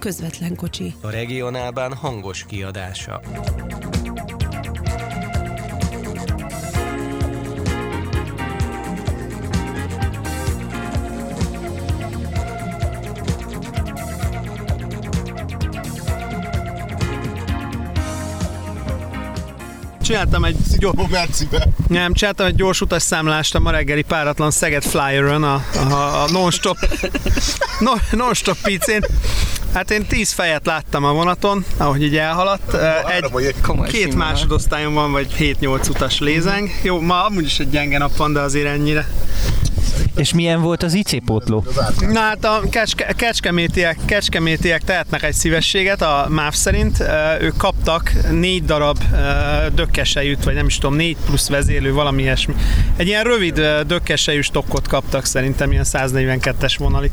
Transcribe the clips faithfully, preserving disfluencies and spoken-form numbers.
közvetlen kocsi. A regionálban hangos kiadása. Csináltam egy gyors, nem, csináltam egy gyors utasszámlást a ma reggeli páratlan Szeged Flyeron, a, a, a non-stop, non-stop picén. Hát én tíz fejet láttam a vonaton, ahogy így elhaladt. Egy, két másodosztályon van, vagy hét-nyolc utas lézeng. Jó, ma amúgy is egy gyenge nap van, de azért ennyire. És milyen volt az i cé pótló? Na hát a kecske, kecskemétiek, kecskemétiek tehetnek egy szívességet a MÁV szerint. Ők kaptak négy darab dökkesejűt, vagy nem is tudom, négy plusz vezérlő, valami ilyesmi. Egy ilyen rövid dökkesejű stokkot kaptak szerintem, ilyen száznegyvenkettes vonalit.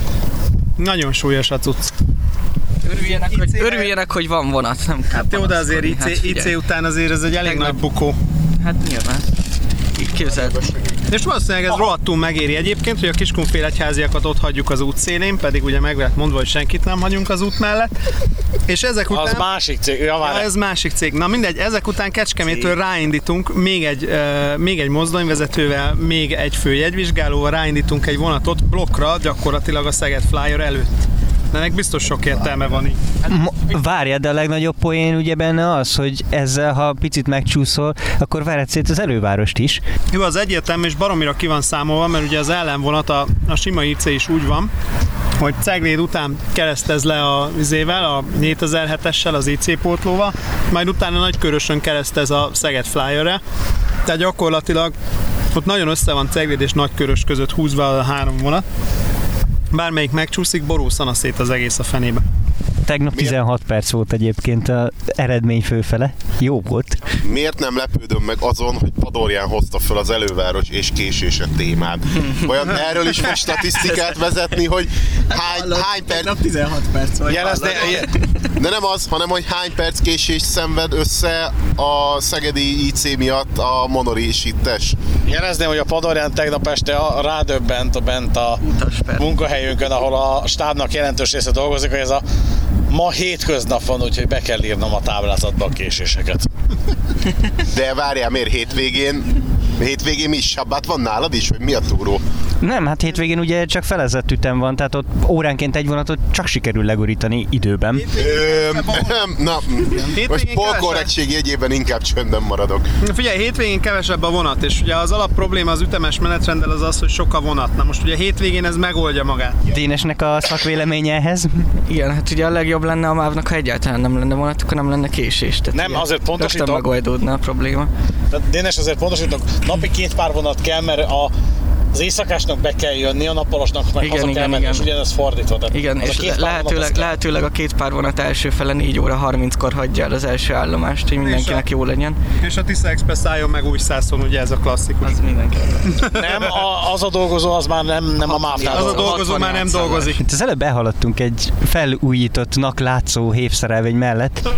Nagyon súlyos a cucc. Örüljenek, hogy, örüljenek, hogy van vonat, nem kell. Hát jó, de azért i cé, hát i cé után azért ez egy elég nagy bukó. Hát nyilván. Így képzeld. És valószínűleg ez rohadtul megéri egyébként, hogy a Kiskunfélegyháziakat ott hagyjuk az út szélén, pedig ugye meg lehet mondva, hogy senkit nem hagyunk az út mellett. És ezek után... Az másik cég. Ja, ja, ez másik cég. Na mindegy, ezek után Kecskemétől ráindítunk még egy, uh, még egy mozdonyvezetővel, még egy főjegyvizsgálóval ráindítunk egy vonatot blokkra, gyakorlatilag a Szeged Flyer előtt. De ennek biztos sok értelme van így. Várjál, de a legnagyobb poén ugye benne az, hogy ezzel, ha picit megcsúszol, akkor vered szét az elővárost is. Jó, az egyértelmű, és baromira ki van számolva, mert ugye az ellenvonat, a, a sima i cé is úgy van, hogy Cegléd után keresztez le a izével, a nyolcezer-hetessel, az i cé pótlóval, majd utána Nagykörösön keresztez a Szeged Flyerre. Tehát gyakorlatilag ott nagyon össze van Cegléd és Nagykörös között húzva a három vonat. Bármelyik megcsúszik, borúszana szét az egész a fenébe. Tegnap tizenhat perc volt egyébként az eredmény főfele. Jó volt. Miért nem lepődöm meg azon, hogy Padorján hozta föl az előváros és késés a témát? Vajon erről is fog statisztikát vezetni, hogy hány, hány perc... Tegnap tizenhat perc vagy. Jelezne, de nem az, hanem hogy hány perc késést szenved össze a szegedi i cé miatt a monorésittes. Jelezném, hogy a Padorján tegnap este rádöbbent a bent a munkahelyünkön, ahol a stábnak jelentős része dolgozik, hogy ez a ma hétköznap van, úgyhogy be kell írnom a táblázatba a késéseket. De várjál, miért hétvégén? Hétvégén mi is sabbát van nálad is, vagy mi a túró? Nem, hát hétvégén ugye csak felezett ütem van, tehát ott óránként egy vonatot csak sikerül legurítani időben. Ö, na, most polkorrektség jegyében inkább csöndben maradok. Figyelj, hétvégén kevesebb a vonat, és ugye az alap probléma az ütemes menetrenddel az az, hogy sok a vonat. Na most ugye hétvégén ez megoldja magát. Dénesnek a szakvéleménye ehhez? Igen, hát ugye a legjobb lenne a mávnak, ha egyáltalán nem lenne vonat, akkor nem lenne késés. Tehát nem, azért pontosítok. Rögtön megoldódna a probléma. Tehát Dénes, azért pontosítok, napi két pár vonat kell, mert a az éjszakásnak be kell jönni, a nappalosnak meg igen, haza igen, kell menni, igen. és ugyanez fordítva. Tehát igen, és a lehetőleg, lehetőleg a két pár vonat első fele négy óra harminckor hagyja el az első állomást, hogy mindenkinek jó legyen. És a Tisza Express álljon meg Újszászon, ugye ez a klasszikus. Az mindenkinek. Nem, a, az a dolgozó az már nem, nem a mávnál. Az a dolgozó már nem dolgozik. Itt az előbb elhaladtunk egy felújítottnak látszó hévszerelvény mellett.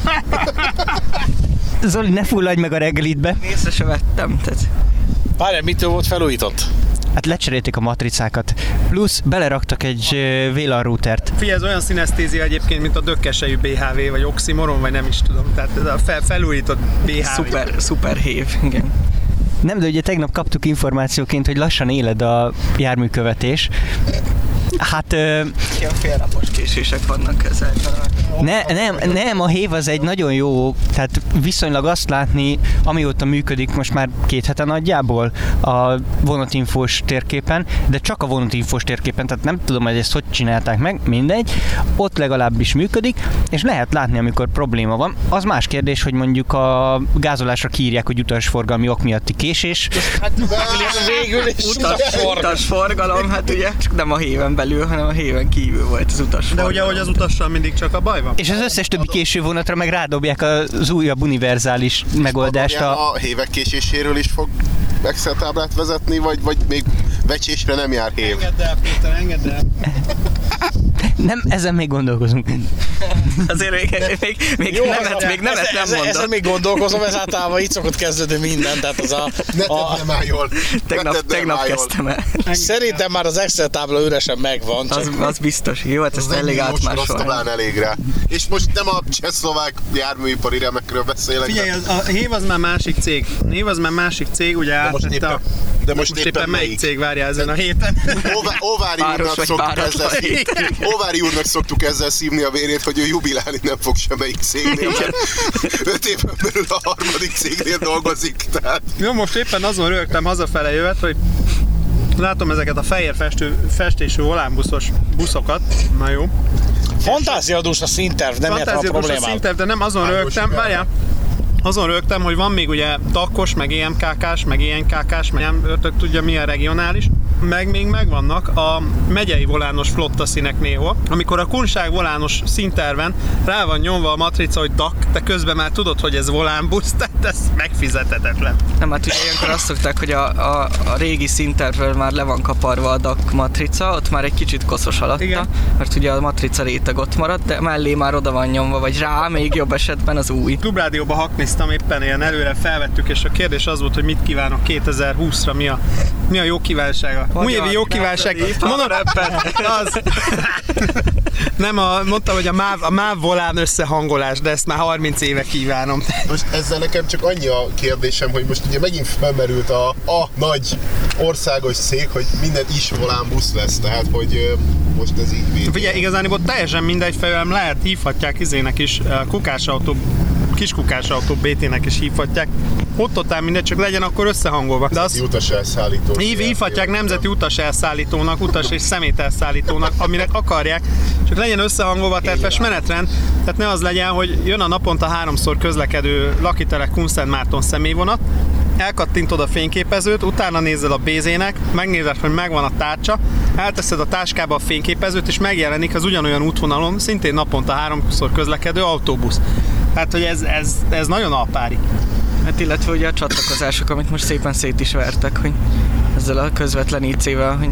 Zoli, ne fulladj meg a reggelidbe. Észre se vettem, tehát... Várjál, mitől volt felújított? Hát lecserélték a matricákat, plusz beleraktak egy uh, vé lan routert. Figyelj, ez olyan színesztézia egyébként, mint a dökkesejű bé há vé, vagy oximoron, vagy nem is tudom. Tehát ez a fel, felújított bé há vé. Szuper, szuper hév, igen. Nem, de ugye tegnap kaptuk információként, hogy lassan éled a járműkövetés. Hát... Ö... Ilyen félnapos késések vannak ezzel. Ne, nem, nem, a hév az egy nagyon jó, tehát viszonylag azt látni, amióta működik most már két hete nagyjából a vonatinfós térképen, de csak a vonatinfós térképen, tehát nem tudom, hogy ezt hogy csinálták meg, mindegy, ott legalábbis működik, és lehet látni, amikor probléma van. Az más kérdés, hogy mondjuk a gázolásra kiírják, hogy utasforgalmi ok miatti késés. Hát végül is utasforgalom. utasforgalom, hát ugye csak nem a héven belül, hanem a héven kívül volt az utasforgalom. De ugye, hogy az utassal mindig csak a baj van. És az összes többi késő vonatra meg rádobják az újabb univerzális megoldást. A, a hévek késéséről is fog Excel táblát vezetni, vagy, vagy még vecsésre nem jár hév? Engedd el, Péter, engedd el. Nem, ezen még gondolkozunk. Azért még, még, még Jó, nemet, még nemet ez, nem ez, mondott. ezen még gondolkozom, ez általában így szokott kezdődni minden, tehát az a... Ne a tedd már jól. Tegnap, tegnap kezdtem el. szerintem már az Excel tábla üresen megvan, csak... Az, az biztos. Jó, hát ezt elég Az átmásolni. talán elég rá. És most nem a csehszlovák járműipari remekről beszélek. Figyelj, az, a Hév az már másik cég. Hév az már másik cég, ugye de most átvette éppen, a... de most Most éppen, éppen melyik melyik? cég várja ezen a héten? Óvá- Óvári Páros úrnak vagy szoktuk páratlan ezzel szívni, Óvári úrnak szoktuk ezzel szívni a vérét, hogy ő jubilálni nem fog semmelyik cégnél, mert öt éven belül a harmadik cégnél dolgozik. Tehát... Jó, most éppen azon rögtem hazafele jövet, hogy látom ezeket a fehér festő, festésű volánbuszos buszokat. Na jó. Fantáziadús a színterv, nem értem a Fantáziadús a problémát. színterv, de nem azon Ágos rögtem, siker. várjál. Azon rögtem, hogy van még ugye takkos, meg é em ká ká-s, meg é en ká ká-s, meg nem ötök tudja milyen regionális, meg még megvannak a megyei volános flotta színek néhol. Amikor a kunság volános színterven rá van nyomva a matrica, hogy dak, te közben már tudod, hogy ez volánbusz, tehát ez megfizethetetlen. Nem, hát ugye ilyenkor azt szokták, hogy a, a, a régi színtervről már le van kaparva a dé á cé matrica, ott már egy kicsit koszos alatta, Igen. mert ugye a matrica réteg ott maradt, de mellé már oda van nyomva, vagy rá, még jobb esetben az új. Klubrádióba hakniztam, éppen ilyen előre felvettük, és a kérdés az volt, hogy mit kívánok kétezer-húszra, mi a, mi a jó kívánsága. Újévi jó kívánság. Mondom, az. Nem, a, mondtam, hogy a MÁV, a MÁV volán összehangolás, de ezt már harminc éve kívánom. Most ezzel nekem csak annyi a kérdésem, hogy most ugye megint felmerült a, a nagy országos cég, hogy minden is volánbusz lesz, tehát hogy ö, most ez így véd. Figyelj, igazániból teljesen mindegy, felem lehet, hívhatják izének is, kukásautó, kiskukásautó bé té-nek is hívhatják. Ott totál mindegy, csak legyen akkor összehangolva. De az Utas elszállító. hív, hívhatják nemzeti utaselszállítónak, utas és szemételszállítónak, aminek akarják, csak legyen összehangolva a terves menetrend, tehát ne az legyen, hogy jön a naponta háromszor közlekedő Lakitelek Kunszentmárton személyvonat, elkattintod a fényképezőt, utána nézel a bé zének, megnézed, hogy megvan a tárcsa, elteszed a táskába a fényképezőt, és megjelenik az ugyanolyan útvonalon, szintén naponta háromszor közlekedő autóbusz. Tehát, hogy ez, ez, ez nagyon alpári. Hát illetve ugye a csatlakozások, amit most szépen szét is vertek, hogy ezzel a közvetlen í cé-vel, hogy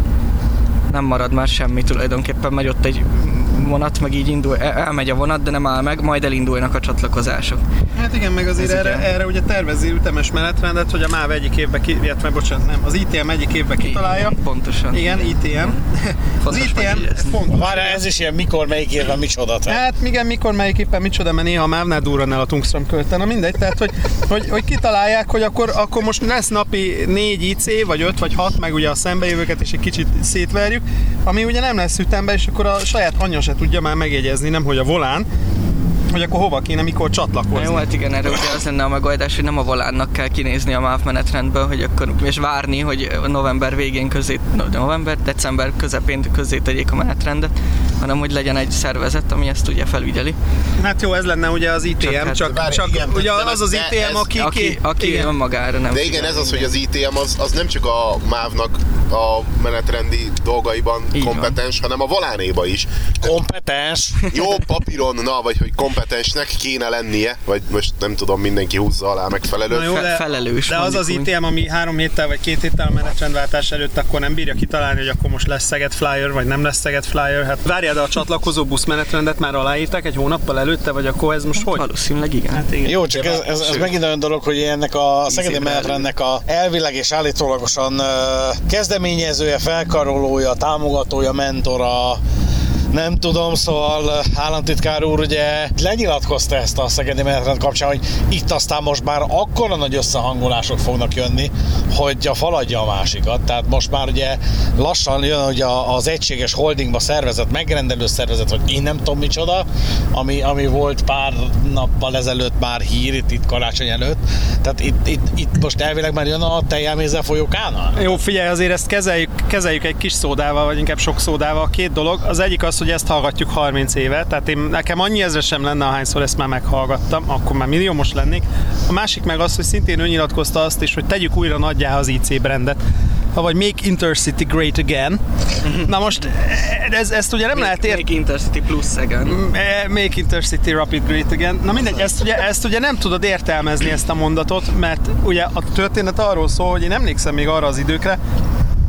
nem marad már semmi tulajdonképpen, megy ott egy vonat, meg így indul, elmegy a vonat, de nem áll meg, majd elindulnak a csatlakozások. Hát igen, meg azért erre, erre ugye tervezi ütemes menetrendet, hogy a MÁV egyik évben, ki, illetve bocsánat, nem, az í té em egyik évben kitalálja. Pontosan. Igen, í té em. Az Fontos í té em megjegyezni. fontos. Várjál, ez is ilyen mikor, melyik évben, micsoda. Tehát. Hát igen, mikor, melyik éppen micsoda, mert néha a MÁV-nál durran el a tungstrom költen, na mindegy, tehát hogy, hogy, hogy kitalálják, hogy akkor, akkor most lesz napi négy í cé, vagy öt, vagy hat, meg ugye a szembejövőket is egy kicsit szétverjük, ami ugye nem lesz ütemben, és akkor a saját anyja se tudja már megjegyezni, nem hogy a volán, hogy akkor hova kéne, mikor csatlakozni. Jó, hát igen, erre ugye az lenne a megoldás, hogy nem a volánnak kell kinézni a MÁV menetrendből, hogy akkor, és várni, hogy november végén közé, november, december közepén közé tegyék a menetrendet, hanem hogy legyen egy szervezet, ami ezt ugye felügyeli. Hát jó, ez lenne ugye az í té em, Csak csak, hát- csak, Várj, igen, ugye de- az az de í té em, ez- aki... Aki, aki igen. önmagára nem De igen, ez az, hogy az í té em az, az nem csak a MÁV-nak a menetrendi dolgaiban Így kompetens, hanem a volánéba is. Kompetens. Jó papíron, na, vagy hogy kompetensnek kéne lennie, vagy most nem tudom, mindenki húzza alá megfelelő. Na jó, Fe- de, felelős, de az mondjuk az í úgy. té em, ami három héttel vagy két héttel a menetrendváltás előtt, akkor nem bírja kitalálni, hogy akkor most lesz Szeged Flyer, vagy nem lesz Szeged Flyer. Hát várjál, de a csatlakozó busz menetrendet már aláírták egy hónappal előtte, vagy akkor ez most hogy? Valószínűleg igen. Hát igen. Jó, csak ez, ez, ez megint olyan dolog, hogy ennek a szegedi évre menetrendnek a elvileg és állítólagosan uh, kezdeményezője, felkarolója, támogatója, mentora, nem tudom, szóval államtitkár úr ugye lenyilatkozta ezt a szegedi menetrend kapcsán, hogy itt aztán most már akkora nagy összehangolások fognak jönni, hogy a faladja a másikat. Tehát most már ugye lassan jön ugye az egységes holdingba szervezet, megrendelő szervezet, vagy én nem tudom micsoda, ami, ami volt pár nappal ezelőtt már hír, itt, itt karácsony előtt. Tehát itt, itt, itt most elvileg már jön a tejjelmézzel folyókánál. Jó, figyelj, azért ezt kezeljük, kezeljük egy kis szódával, vagy inkább sok szódával. Két dolog. Az egyik az, hogy ezt hallgatjuk harminc éve, tehát én, nekem annyi ezre sem lenne, ahányszor ezt már meghallgattam, akkor már milliómos lennék. A másik meg az, hogy szintén ő nyilatkozta azt is, hogy tegyük újra nagyjá az í cé brandet. Ha vagy Make Intercity Great Again. Na most ez, ezt ugye nem lehet érteni. Make Intercity Plus again. Make Intercity Rapid Great Again. Na mindegy, ezt ugye, ezt ugye nem tudod értelmezni ezt a mondatot, mert ugye a történet arról szól, hogy én emlékszem még arra az időkre,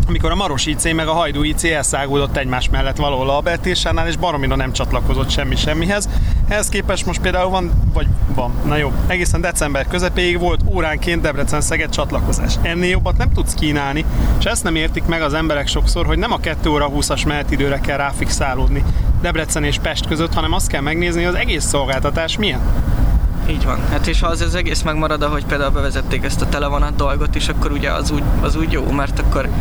amikor a Maros í cé meg a Hajdú í cé elszágódott egymás mellett valahol a Albertésánál, és baromira nem csatlakozott semmi semmihez. Ehhez képest most például van, vagy van, na jó, egészen december közepéig volt óránként Debrecen-Szeged csatlakozás. Ennél jobbat nem tudsz kínálni, és ezt nem értik meg az emberek sokszor, hogy nem a kettő óra húszas menetidőre kell ráfixálódni Debrecen és Pest között, hanem azt kell megnézni, hogy az egész szolgáltatás milyen. Így van. Hát és ha az, az egész megmarad, ahogy például bevezették ezt a televonat dolgot is, akkor ugye az úgy, az úgy jó, mert akkor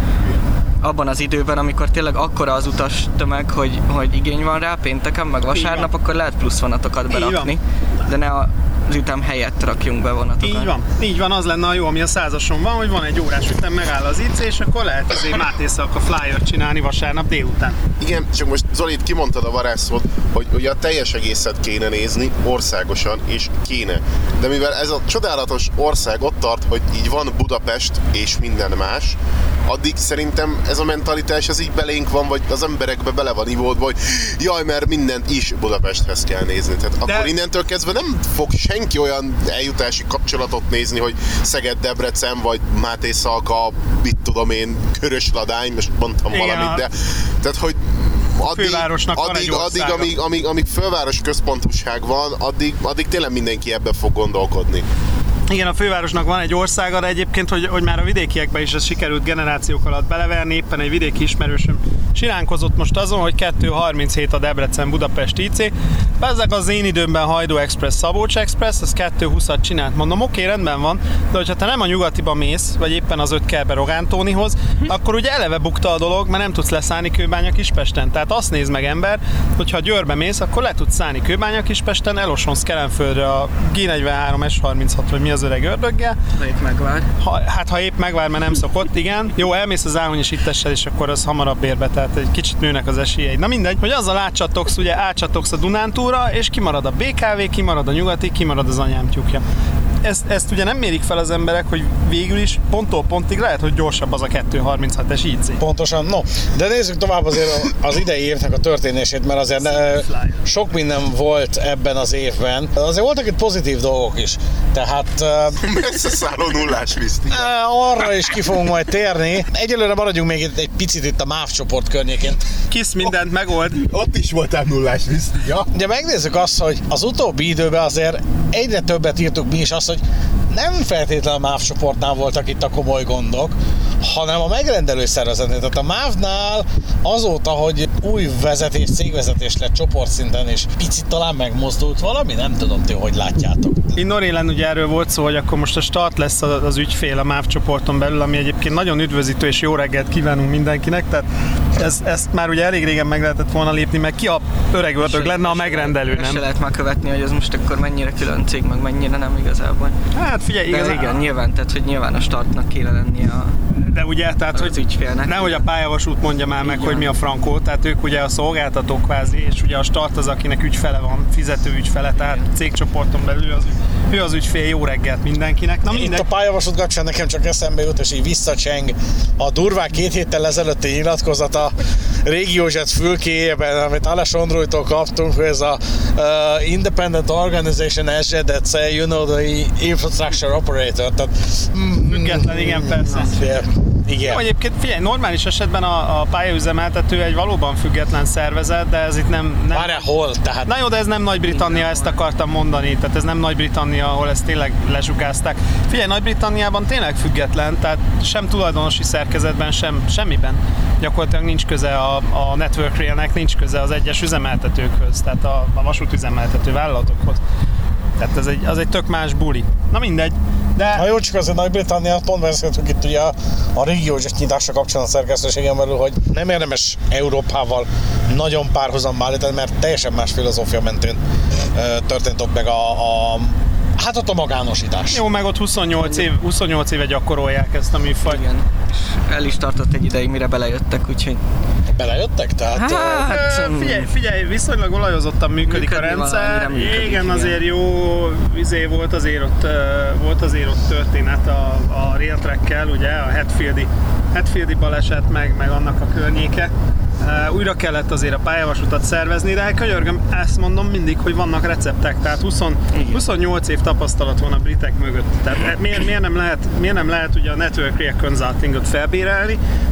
abban az időben, amikor tényleg akkora az utas tömeg, hogy, hogy igény van rá pénteken, meg vasárnap, akkor lehet plusz vonatokat berakni, de ne a az ütem helyett rakjunk be vonatokat. Így van, így van, az lenne a jó, ami a százason van, hogy van egy órás ütem, megáll az í cé, és akkor lehet azért Mátészak a flyer csinálni vasárnap délután. Igen, csak most Zoli, kimondtad a varázsszót, hogy ugye a teljes egészet kéne nézni országosan, és kéne. De mivel ez a csodálatos ország ott tart, hogy így van Budapest és minden más, addig szerintem ez a mentalitás az így belénk van, vagy az emberekbe bele van ivódva, hogy jaj, mert mindent is Budapesthez kell nézni. Tehát De... akkor innentől kezdve nem fog senki olyan eljutási kapcsolatot nézni, hogy Szeged-Debrecen, vagy Mátészalka, mit tudom én, Körösladány, most mondtam Igen, valamit, de tehát, hogy addig, addig, addig amíg, amíg, amíg főváros központúság van, addig, addig tényleg mindenki ebben fog gondolkodni. Igen, a fővárosnak van egy országa, de egyébként, hogy, hogy már a vidékiekben is ez sikerült generációk alatt beleverni, éppen egy vidéki ismerősöm siránkozott most azon, hogy kettő harminchét a Debrecen-Budapest í cé. Ezek az én időmben Hajdú Express, Szabolcs Express, az kettő húszat csinált. Mondom, oké, rendben van, de hogyha te nem a nyugatiba mész, vagy éppen az öt kerbe Rogántónihoz, akkor ugye eleve bukta a dolog, mert nem tudsz leszállni Kőbánya-Kispesten. Tehát azt nézd meg, ember, hogyha Győrbe mész, akkor le tudsz szállni Kőbánya-Kispesten, elosonsz Kelenföldre a G negyvenhárom S harminchat, vagy mi az öreg ördöggel. Ha épp megvár. Ha, hát ha épp megvár, mert nem szokott, igen. Jó, elmész az Áhonyos ittessel, és akkor az hamarabb ér be, tehát egy kicsit nőnek az esélyeid. Na mindegy, hogy azzal átcsatogsz, ugye átcsatogsz a Dunántúra, és kimarad a bé ká vé, kimarad a nyugati, kimarad az anyám tyúkja. Ezt, ezt ugye nem mérik fel az emberek, hogy végül is ponttól pontig lehet, hogy gyorsabb az a kettő harminchetes í cé. Pontosan, no. De nézzük tovább azért az idei évnek a történését, mert azért ne, sok minden volt ebben az évben. Azért voltak itt pozitív dolgok is. Tehát... Messze szálló nullás liszt. Arra is ki fogunk majd térni. Egyelőre maradjunk még egy picit itt a MÁV csoport környékén. Kisz mindent megold. Ott is voltál nullás liszt. Ja. Ugye megnézzük azt, hogy az utóbbi időben azért egyre többet írtuk mi is azt, hogy nem feltétlenül a MÁV csoportnál voltak itt a komoly gondok, hanem a megrendelő szervezetnél. Tehát a MÁV-nál azóta, hogy új vezetés, cégvezetés lett csoportszinten, és picit talán megmozdult valami, nem tudom, ti hogy látjátok. Én Norélen ugye erről volt szó, hogy akkor most a start lesz az ügyfél a MÁV csoporton belül, ami egyébként nagyon üdvözítő, és jó reggelt kívánunk mindenkinek, tehát ez, ezt már ugye elég régen meg lehetett volna lépni, meg ki a öreg ördög lenne a megrendelő, nem? Se lehet már követni, hogy ez most akkor mennyire külön cég, meg mennyire nem igazából. Hát figyelj, igazán... igen, nyilván, tehát hogy nyilván a startnak kéne lennie a... De ugye, tehát hogy ügyfélnek. Nehogy a pályavasút mondja már meg, hogy mi a frankó, tehát ők ugye a szolgáltatók kvázi, és ugye a start az, akinek ügyfele van, fizető ügyfele, tehát cégcsoporton belül az, ő az ügyfél, jó reggelt mindenkinek. Na, minden... Itt a pályavasút kapcsán nekem csak eszembe jut, és így visszacseng a durván két héttel ezelőtti nyilatkozat a RegioJet fülkéjében, amit Alessandrótól kaptunk, hogy ez a uh, Independent Organization es jé, that's a, you know, the infrastructure operator. Tehát, mm, független, igen, persze. Yeah. Igen. Jó, egyébként figyelj, normális esetben a, a pályaüzemeltető egy valóban független szervezet, de ez itt nem... nem... Várjál, hol? Tehát... Na jó, de ez nem Nagy-Britannia, ezt akartam mondani, tehát ez nem Nagy-Britannia, ahol ezt tényleg lezsugázták. Figyelj, Nagy-Britanniában tényleg független, tehát sem tulajdonosi szerkezetben, sem semmiben. Gyakorlatilag nincs köze a, a Network Railnek, nincs köze az egyes üzemeltetőkhöz, tehát a, a vasútüzemeltető vállalatokhoz. Tehát ez egy, az egy tök más buli. Na mindegy. De... Ha jó, csak azért Nagy-Britannia, pont beszéltünk itt ugye a, a RegioJet nyitása kapcsán a szerkesztőségen belül, hogy nem érdemes Európával nagyon párhuzamba állítani, mert teljesen más filozófia mentén e, történt ott meg a, a hát ott a magánosítás. Jó, meg ott huszonnyolc, év, huszonnyolc éve gyakorolják ezt a műfajt. Igen. El is tartott egy ideig, mire belejöttek, úgyhogy... Belejöttek? Tehát... Hát, figyelj, figyelj, viszonylag olajozottan működik a rendszer. Működik, igen, igen, azért jó izé volt azért ott, volt azért ott történet a, a Railtrackkel, ugye, a Hatfieldi, Hatfieldi baleset, meg, meg annak a környéke. Uh, újra kellett azért a pályavasutat szervezni, de könyörgöm, ezt mondom mindig, hogy vannak receptek, tehát húsz, huszonnyolc év tapasztalat van a britek mögött. Tehát miért, miért, nem lehet, miért nem lehet ugye a Network Rail Consultingot felbérelni,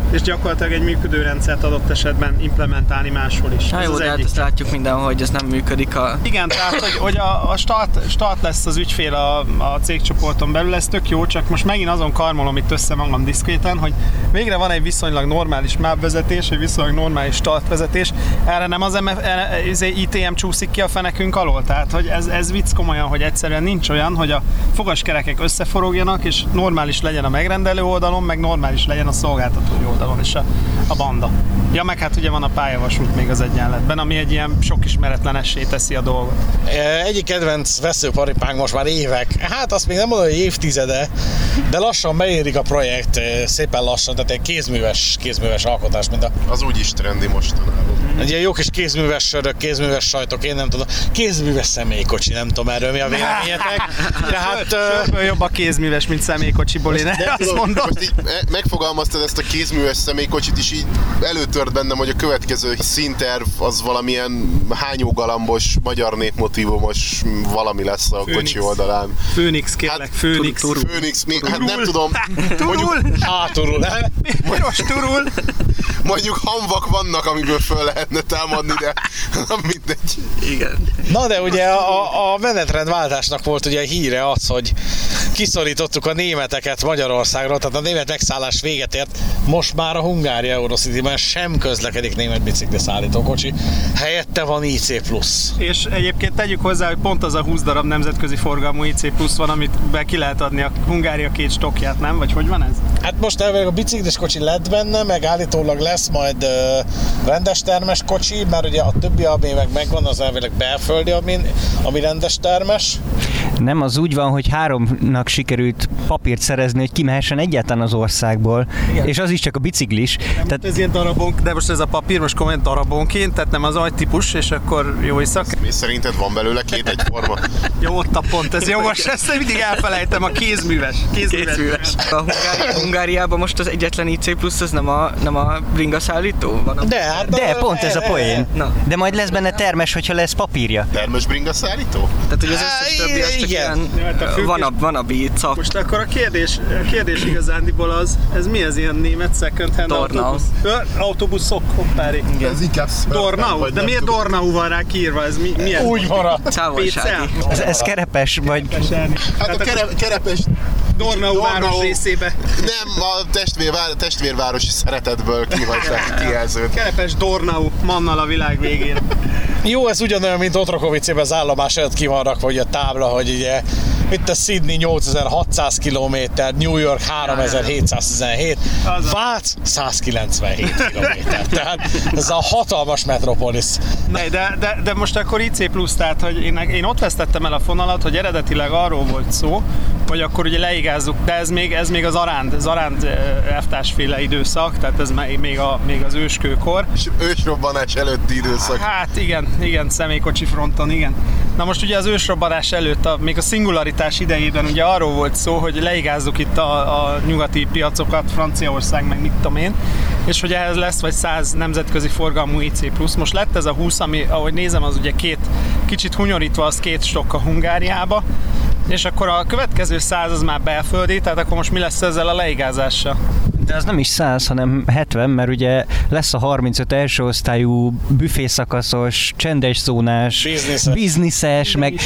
és gyakorlatilag egy működő rendszert adott esetben implementálni máshol is. Na ez jó, az de hát egyik. ezt látjuk mindenhol, hogy ez nem működik a... Igen, tehát hogy, hogy a, a start, start lesz az ügyfél a, a cégcsoporton belül, ez tök jó, csak most megint azon karmolom itt össze magam diszkréten, hogy végre van egy viszonylag normális mapvezetés, egy viszonylag normális startvezetés, erre nem az em ef, az i té em csúszik ki a fenekünk alól, tehát hogy ez, ez vicc komolyan, hogy egyszerűen nincs olyan, hogy a fogaskerekek összeforogjanak, és normális legyen a megrendelő oldalon, meg normális legyen a szolgáltatói oldalon is a, a banda. Ja, meg hát ugye van a pályavasút még az egyenletben, ami egy ilyen sok ismeretlenessé teszi a dolgot. Egyik kedvenc veszőparipánk most már évek, hát azt még nem mondom, hogy évtizede, de lassan beérik a projekt, szépen lassan, tehát egy kézműves, kézműves alkotás, mint a... Az úgyis trendi mostanában. Egy ilyen jó kis kézműves sörök, kézműves sajtok, én nem tudom, kézműves személykocsi, nem tudom erről mi a véleményetek. Tehát... Sörből jobb a kézműves, mint személykocsiból, én azt Tudom, mondom. most így megfogalmaztad ezt a kézműves személykocsit, és így előtört bennem, hogy a következő színterv az valamilyen hányógalambos, magyar népmotívumos valami lesz a Főnix. kocsi oldalán. Főnix, kérlek, Főnix. Főnix, még, hát nem tudom, Turul? háturul, nem? Piros turul? mondjuk hamvak vannak, amiből föl lehetne támadni, de nem mindegy. Igen. Na de ugye a, a menetrendváltásnak volt ugye a híre az, hogy kiszorítottuk a németeket Magyarországról, tehát a német megszállás véget ért, most már a Hungária Eurocityben sem közlekedik német bicikliszállító kocsi, helyette van i cé plusz. És egyébként tegyük hozzá, hogy pont az a húsz darab nemzetközi forgalmú i cé plusz van, amit be ki lehet adni a Hungária két stokját, nem? Vagy hogy van ez? Hát most elvileg a biciklis kocsi lett benne, meg állítólag lesz majd ö, rendes termes kocsi, mert ugye a többi, ami meg megvan, az elvileg belföldi, ami, ami rendes termes. Nem, az úgy van, hogy háromnak sikerült papírt szerezni, hogy kimehessen egyáltalán az országból, igen. És az is csak a biciklis. Tehát ez ilyen darabonk, de most ez a papír most komolyan darabonként, tehát nem az agytípus, és akkor jó éjszak. És szerinted van belőle két egyforma? Jó, ott a pont, ez jogos, ezt mindig elfelejtem, a kézműves. Kézműves. Kézműves. A Hungári- Hungáriában most az egyetlen i cé plusz, az nem a, nem a bringaszállító? Van a... De, hát, De pont ez a poén. Na. De majd lesz benne termes, hogyha lesz papírja. Termes bringaszállító? Tehát, hogy az összes többi, az csak igen. ilyen Hát a függés- van a, van a bícak. Most akkor a kérdés, a kérdés igazándiból az, ez mi az ilyen német second hand Dornau. autóbusz? Ö, Autóbuszok, hoppári. Ez inkább Dornau? De miért Dornau van rá kiírva? Ez mi, milyen? Úgy maradt. Távolsági. Ez, ez kerepes, vagy... Hát a kere, kerepes Dornau Dornau. város részébe. nem a testvérvár, testvérvárosi szeretetből kihagyták a kijelzőt. Kerepes Dornau, mannal a világ végére. Jó, ez ugyanolyan, mint Otrokovicében az állomás előtt ki van rakva, hogy a tábla, hogy ugye itt a Sydney nyolcezer-hatszáz kilométer, New York háromezer-hétszáztizenhét, Az a- Vác százkilencvenhét kilométer. Tehát ez a hatalmas metropolis. Ne, de, de, de most akkor i cé plusz, tehát hogy én, én ott vesztettem el a fonalat, hogy eredetileg arról volt szó, hogy akkor ugye leigázzuk, de ez még, ez még az Aránd, az Aránd elvtársféle időszak, tehát ez még, a, még az őskőkor. És ősrobbanás előtti időszak. Hát igen, igen, személykocsi fronton, igen. Na most ugye az ősrobbanás előtt, a, még a szingularitás idejében ugye arról volt szó, hogy leigázzuk itt a, a nyugati piacokat, Franciaország, meg mit tudom én, és hogy ehhez lesz vagy száz nemzetközi forgalmú i cé plusz. Most lett ez a húsz, ami, ahogy nézem, az ugye két, kicsit hunyorítva, az két stok a Hungáriába, és akkor a következő száz az már belföldi, tehát akkor most mi lesz ezzel a leigázással? De az nem is száz, hanem hetven, mert ugye lesz a harmincöt első osztályú büfészakaszos, csendes zónás, Bizniszes. bizniszes, meg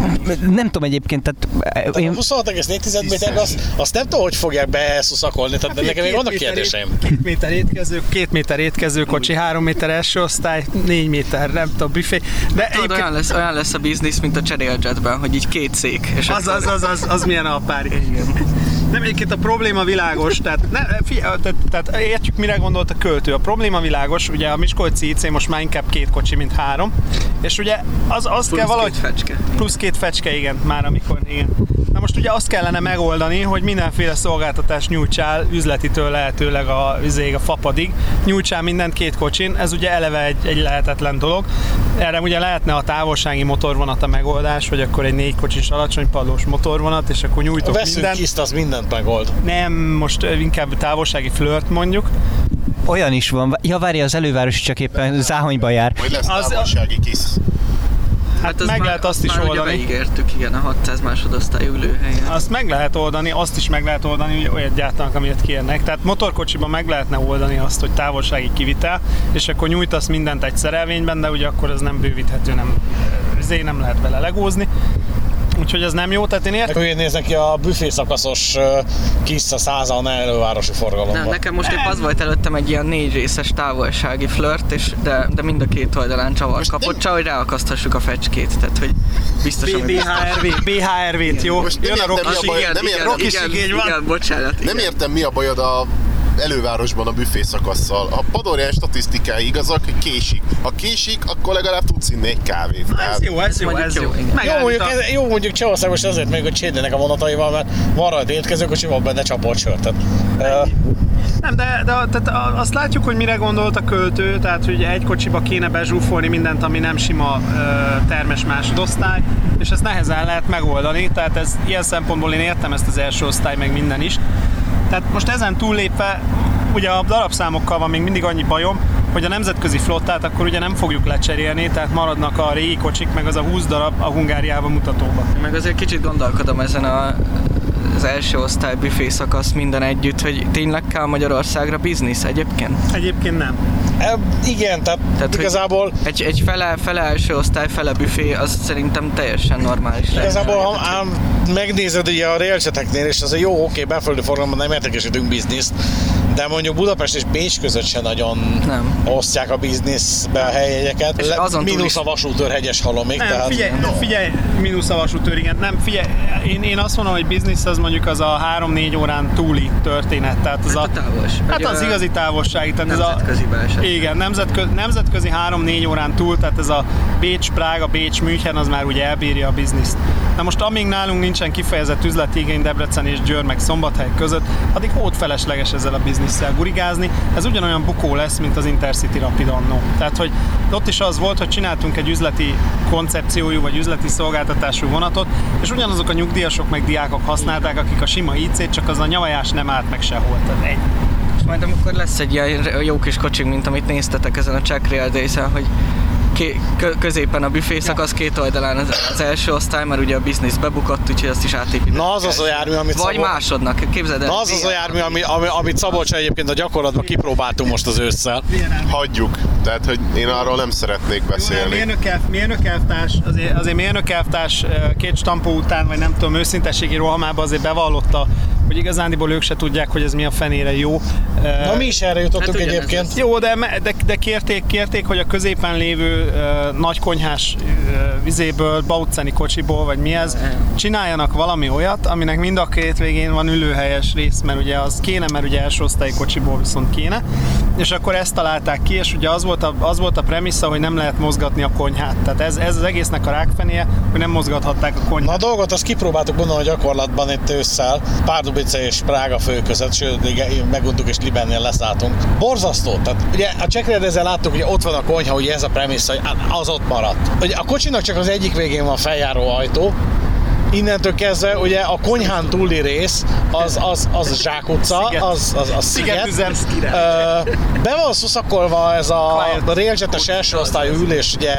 nem tudom egyébként, tehát A én, huszonhat egész négy méter, azt, azt nem tudom, hogy fogják beszuszakolni, tehát nekem még vannak kérdéseim. Két méter étkező, két méter étkező kocsi, három méter első osztály, négy méter, nem tudom, büfé. De Tudod, olyan lesz, olyan lesz a biznisz, mint a cseréljetben, hogy így két szék. És Az, akkor- az, az, az, az milyen a pár. Nem, egyébként a probléma világos, tehát, ne, figyelj, tehát, tehát értjük, mire gondolt a költő. A probléma világos, ugye a Miskolci i cé most már inkább két kocsi, mint három, és ugye az, az kell valahogy... két fecske. Plusz két fecske, igen, már amikor, igen. Na most ugye azt kellene megoldani, hogy mindenféle szolgáltatást nyújtsál, üzletitől lehetőleg a, a fapadig, nyújtsál mindent két kocsin, ez ugye eleve egy, egy lehetetlen dolog. Erre ugye lehetne a távolsági motorvonat a megoldás, vagy akkor egy négy kocsis alacsony padlós motorvonat, és akkor nyújtok A veszünk mindent. kiszt, az mindent megold. Nem, most inkább távolsági flört mondjuk. olyan is van. Ja, várja, az elővárosi csak éppen Záhonyba jár. Majd lesz Az- távolsági kis. Hát, hát meg lehet azt is oldani. Már ugye beígértük, igen, a hatszáz másodosztályú ülőhelyen. Azt meg lehet oldani, azt is meg lehet oldani, hogy olyat gyártanak, amilyet kérnek. Tehát motorkocsiban meg lehetne oldani azt, hogy távolsági kivitel, és akkor nyújtasz mindent egy szerelvényben, de ugye akkor ez nem bővíthető, nem, ezért nem lehet vele legózni. Úgyhogy ez nem jó, tehát én értem. Úgy néznek ki a büfé szakaszos uh, Kissa százan elővárosi forgalomban. Nem, nekem most épp az volt előttem egy ilyen négy részes távolsági flört, és de, de mind a két oldalán csavar most kapott, csak hogy ráakaszthassuk a fecskét, tehát hogy biztos, hogy bé há er vé, bé há er vét, jó? Most nem értem, mi a baj, nem értem, igen, igen, igen, bocsánat. Igen. Nem értem, mi a bajod a elővárosban a büfé szakasszal. A Padorján statisztikái igazak, hogy késik. Ha késik, akkor legalább tudsz inni egy kávét. Ez jó, ez jó, ez jó. Jó mondjuk, ez, jó mondjuk Csehországban is azért még, hogy csédlenek a vonataival, mert van rajta étkezőkocsi, van benne csapott sör. Tehát, uh, nem, de, de tehát azt látjuk, hogy mire gondolt a költő, tehát hogy egy kocsiba kéne bezsúfolni mindent, ami nem sima uh, termes másodosztály, és ezt nehezen lehet megoldani, tehát ez ilyen szempontból én értem ezt az első osztály, meg minden is. Tehát most ezen túllépve, ugye a darabszámokkal van még mindig annyi bajom, hogy a nemzetközi flottát akkor ugye nem fogjuk lecserélni, tehát maradnak a régi kocsik, meg az a húsz darab a Hungáriába mutatóba. Meg azért kicsit gondolkodom ezen a, az első osztály büfé szakasz minden együtt, hogy tényleg kell Magyarországra biznisz egyébként? Egyébként nem. E, igen, tehát, tehát igazából... Egy, egy fele, fele első osztály, fele büfé, az szerintem teljesen normális. Igazából, ha ám megnézed ugye a railjeteknél, és az a jó, oké, belföldi forgalomban nem értékesítünk bizniszt, de mondjuk Budapest és Pécs között se nagyon nem osztják a bizniszbe a helyjegyeket. Le, mínusz is... a vasútőr hegyes halomig. Nem, tehát... figyelj, no. figyelj, mínusz a vasútőr, igen. Nem, figyelj, én, én azt mondom, hogy biznisz az mondjuk az a három-négy órán túli történet. Tehát az hát a, a távos. Hát az igazi távolság. Tehát nemzetközi ez a, igen, nemzetközi, nemzetközi három-négy órán túl, tehát ez a Bécs, Prága, Bécs, München, az már ugye elbírja a bizniszt. Na most amíg nálunk nincsen kifejezett üzleti igény Debrecen és Győr meg Szombathely között, addig hódfelesleges ezzel a bizniszsel gurigázni. Ez ugyanolyan bukó lesz, mint az Intercity Rapid annó. Tehát, hogy ott is az volt, hogy csináltunk egy üzleti koncepciójú vagy üzleti szolgáltatású vonatot, és ugyanazok a nyugdíjasok meg diákok használták, akik a sima í cét, csak az a nyavajás nem állt meg sehol. Tehát egy. És majd amikor lesz egy ilyen jó kis kocsik, mint amit néztetek ezen a Czech Rail Days-en, hogy Ké, középen a büfé szakasz, két oldalán az, az első osztály, mert ugye a biznisz bebukott, úgyhogy azt is átépítettük. Na az az a jármű, amit Vagy Szabol... másodnak, képzeld el. Na az az a jármű, ami, ami, amit Szabolcsán egyébként a gyakorlatban kipróbáltunk most az ősszel. Hagyjuk, tehát hogy én arról nem szeretnék beszélni. Mérnökelvtárs, azért, azért mérnökelvtárs két stampó után, vagy nem tudom, őszintességi rohamában azért bevallotta, hogy igazándiból ők se tudják, hogy ez mi a fenére jó. Na mi is erre jutottunk hát, egyébként. Jó, de, de, de kérték, kérték, hogy a középen lévő uh, nagykonyhás uh, vizéből, Bautzeni kocsiból, vagy mi ez, csináljanak valami olyat, aminek mind a két végén van ülőhelyes rész, mert ugye az kéne, mert ugye első osztályi kocsiból viszont kéne. És akkor ezt találták ki, és ugye az volt a, az volt a premissza, hogy nem lehet mozgatni a konyhát. Tehát ez, ez az egésznek a rákfenéje, hogy nem mozgathatták a konyhát. Na a dolgot azt kipróbáltuk gondolom a gyakorlatban itt ősszel, Párdubice és Prága fő között, sőt, meguntuk és Libennél leszálltunk. Borzasztó. Tehát ugye a Czech Rail Days-en láttuk, hogy ott van a konyha, ugye ez a premissza, hogy az ott maradt. Ugye a kocsinak csak az egyik végén van feljáró ajtó, innentől kezdve ugye a konyhán túli rész az, az, az zsákutca, az, az, az sziget. Uh, be van szuszakolva ez a railjetes első osztályú ülés ugye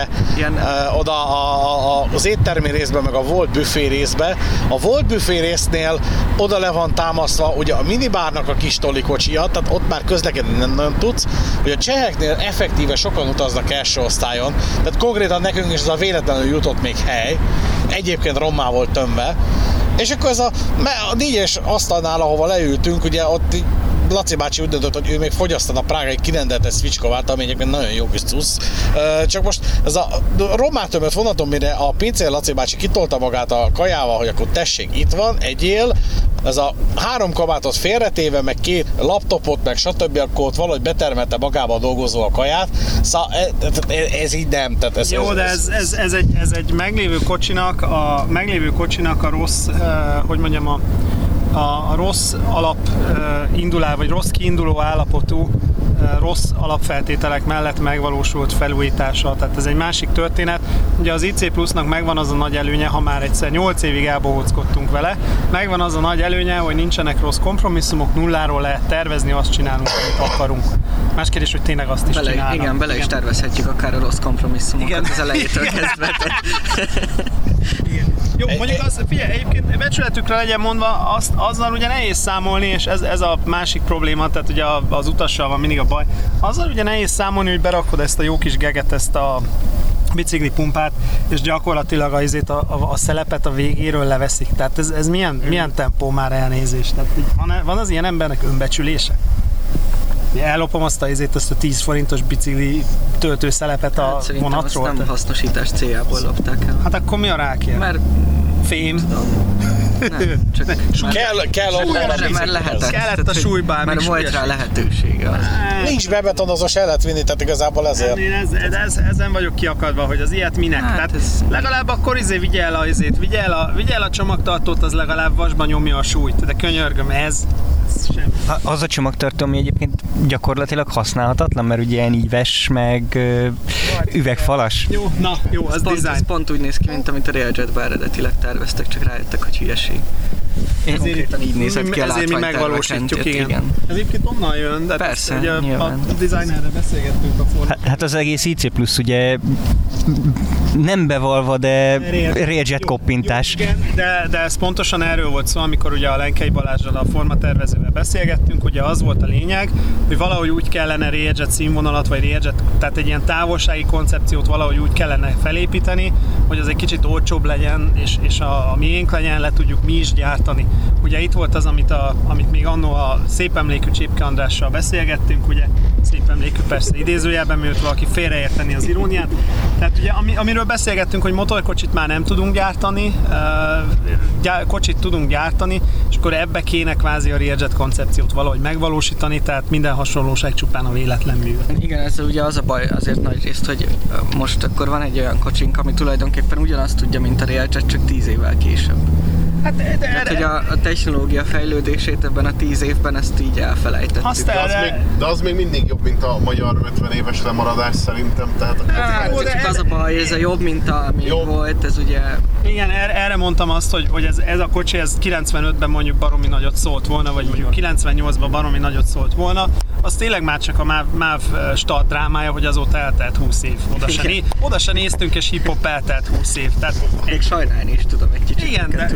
uh, oda a, a, az éttermi részben, meg a volt büfé részbe. A volt büfé résznél oda le van támasztva ugye a minibárnak a kis toli kocsia, tehát ott már közlekedni nem nagyon tudsz. Ugye a cseheknél effektíve sokan utaznak első osztályon, tehát konkrétan nekünk is ez a véletlenül jutott még hely. Egyébként rommá volt tömve. És akkor ez a, a négyes asztalnál, ahova leültünk, ugye ott Laci bácsi úgy döntött, hogy ő még fogyasztana Prágai kirendeltes szvicskovát, ami egyébként nagyon jó kis cusz. Csak most ez a rommá tömött vonaton, mire a pincér Laci bácsi kitolta magát a kajával, hogy akkor tessék, itt van, egyél, ez a három kabátot félretéve, meg két laptopot, meg stb. Akkor ott valahogy betermelte magába a dolgozó a kaját. Szóval ez, ez így nem. Tehát ez, jó, ez, de ez, ez, ez, egy, ez egy meglévő kocsinak, a meglévő kocsinak a rossz, uh, hogy mondjam, a, a rossz alap uh, indulál, vagy rossz kiinduló állapotú rossz alapfeltételek mellett megvalósult felújítása, tehát ez egy másik történet. Ugye az i cé Plusznak megvan az a nagy előnye, ha már egyszer nyolc évig elbohóckodtunk vele, megvan az a nagy előnye, hogy nincsenek rossz kompromisszumok, nulláról lehet tervezni, azt csinálunk, amit akarunk. Más kérdés, hogy tényleg azt is bele, csinálnak. Igen, bele igen. is tervezhetjük akár a rossz kompromisszumokat igen. az elejétől kezdve. Igen. Jó, mondjuk az, figyelj, egyébként becsületükre legyen mondva, azt, azzal ugye nehéz számolni, és ez, ez a másik probléma, tehát ugye az utassal van mindig a baj. Azzal ugye nehéz számolni, hogy berakod ezt a jó kis geget, ezt a biciklipumpát, és gyakorlatilag a, a, a, a szelepet a végéről leveszik. Tehát ez, ez milyen, milyen tempó már elnézés? Tehát van, van az ilyen embernek önbecsülése? Ellopom azt a, ezért, azt a tíz forintos bicikli töltőszelepet a hát, vonatról. Azt nem hasznosítás céljából lopták el. Hát akkor mi a rákja? Mert fém. Nem, csak már, kell, kell mert, mert lehetett. Kellett a súlyban. Mert volt rá lehetősége. Az. Nincs bebetonozós, el lehet vinni, tehát igazából ezért. Én ez, ez, ezen vagyok kiakadva, hogy az ilyet minek. Hát tehát ez... legalább akkor izé vigyel a izét, vigyel a, vigyel a csomagtartót, az legalább vasban nyomja a súlyt. De könyörgöm, ez... Sem. Az a csomagtartó, ami egyébként gyakorlatilag használhatatlan, mert ugye ilyen íves, meg ö, üvegfalas. Jó, na, jó, az pont, design. Ez pont úgy néz ki, mint amit a Railjetben eredetileg terveztek, csak rájöttek, hogy hülyeség. Konkrétan így nézett ki a ezért mi megvalósítjuk, igen. igen. Ez egyébként onnan jön, de persze, ugye a, a designerre beszélgettünk a formában. Hát, hát az egész i cé Plusz ugye nem bevalva, de Railjet koppintás. Jó, igen, de, de ez pontosan erről volt szó, amikor ugye a Lenkei Balázsral, a formatervezővel beszélgettünk, ugye az volt a lényeg, hogy valahogy úgy kellene Railjet színvonalat, vagy Railjet, tehát egy ilyen távolsági koncepciót valahogy úgy kellene felépíteni, hogy az egy kicsit olcsóbb legyen, és, és a, a miénk legyen, le tudjuk mi is gyártani. Ugye itt volt az, amit, a, amit még annó a szép emlékű Csépke Andrással beszélgettünk, ugye szép emlékű persze idézőjelben, mert valaki félreérteni az iróniát. Tehát ugye ami, amiről beszélgettünk, hogy motorkocsit már nem tudunk gyártani, gyár, kocsit tudunk gyártani, és akkor ebbe kéne kvázi a Railjet koncepciót valahogy megvalósítani, tehát minden hasonlóság csupán a véletlen műve. Igen, ez ugye az a baj azért nagy részt, hogy most akkor van egy olyan kocsink, ami tulajdonképpen ugyanazt tudja, mint a Railjet, csak tíz évvel később. Hát, de, de, Tehát, hogy a, a technológia fejlődését ebben a tíz évben ezt így elfelejtettük. Azt de, az még, de az még mindig jobb, mint a magyar ötven éves lemaradás szerintem. Tehát, hát, csak ez, az a baj, ez a jobb, mint ami jobb. volt, ez ugye... Igen, erre mondtam azt, hogy, hogy ez, ez a kocsi ez kilencvenötben mondjuk baromi nagyot szólt volna, vagy mondjuk kilencvennyolcban baromi nagyot szólt volna. Az tényleg már csak a MÁV, MÁV start drámája, hogy azóta eltelt húsz év. Oda se, né, oda se néztünk, és hip-hop eltelt húsz év. Tehát, még sajnálni is tudom egy kicsit. Igen, de,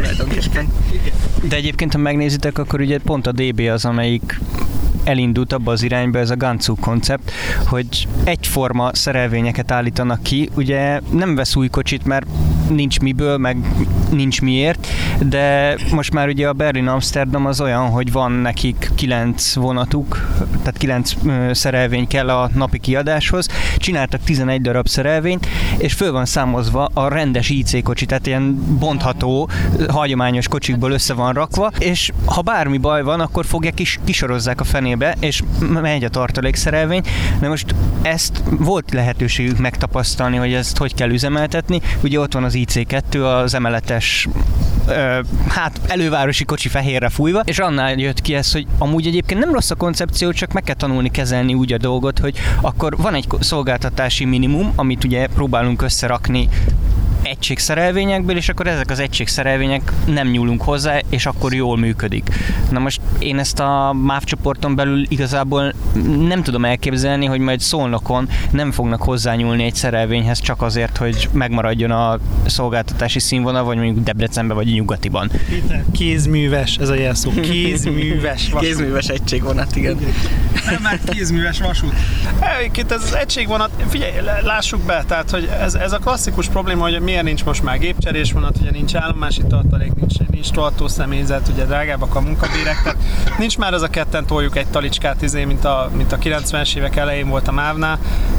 de egyébként, ha megnézitek, akkor ugye pont a dé bé az, amelyik elindult abba az irányba, ez a Gancu koncept, hogy egyforma szerelvényeket állítanak ki. Ugye nem vesz új kocsit, mert nincs miből, meg nincs miért, de most már ugye a Berlin-Amsterdam az olyan, hogy van nekik kilenc vonatuk, tehát kilenc szerelvény kell a napi kiadáshoz. Csináltak tizenegy darab szerelvényt, és föl van számozva a rendes i cé kocsi, tehát ilyen bontható, hagyományos kocsikból össze van rakva, és ha bármi baj van, akkor fogják kis, kisorozzák a fenébe, és megy a tartalékszerelvény. De most ezt volt lehetőségük megtapasztalni, hogy ezt hogy kell üzemeltetni. Ugye ott van az i cé kettő, az emeletes Ö, hát elővárosi kocsi fehérre fújva, és annál jött ki ez, hogy amúgy egyébként nem rossz a koncepció, csak meg kell tanulni kezelni úgy a dolgot, hogy akkor van egy szolgáltatási minimum, amit ugye próbálunk összerakni egységszerelvényekből, és akkor ezek az egységszerelvények nem nyúlunk hozzá, és akkor jól működik. Na most én ezt a MÁV csoporton belül igazából nem tudom elképzelni, hogy majd Szolnokon nem fognak hozzányúlni egy szerelvényhez csak azért, hogy megmaradjon a szolgáltatási színvonal, vagy mondjuk Debrecenben, vagy Nyugatiban. Kézműves, ez a jelszó. Kézműves vasút. Kézműves egységvonat, igen. Nem, már kézműves vasút. Itt ez az egységvonat, figyelj, lássuk be, tehát, hogy ez, ez a klasszikus probléma, hogy miért nincs most már gépcserés vonat, ugye nincs állomási tartalék, nincs, nincs toltószemélyzet, ugye drágábbak a munkabérek, tehát nincs már az a ketten toljuk egy talicskát, izé, mint, a, mint a kilencvenes évek elején volt a MÁV-nál,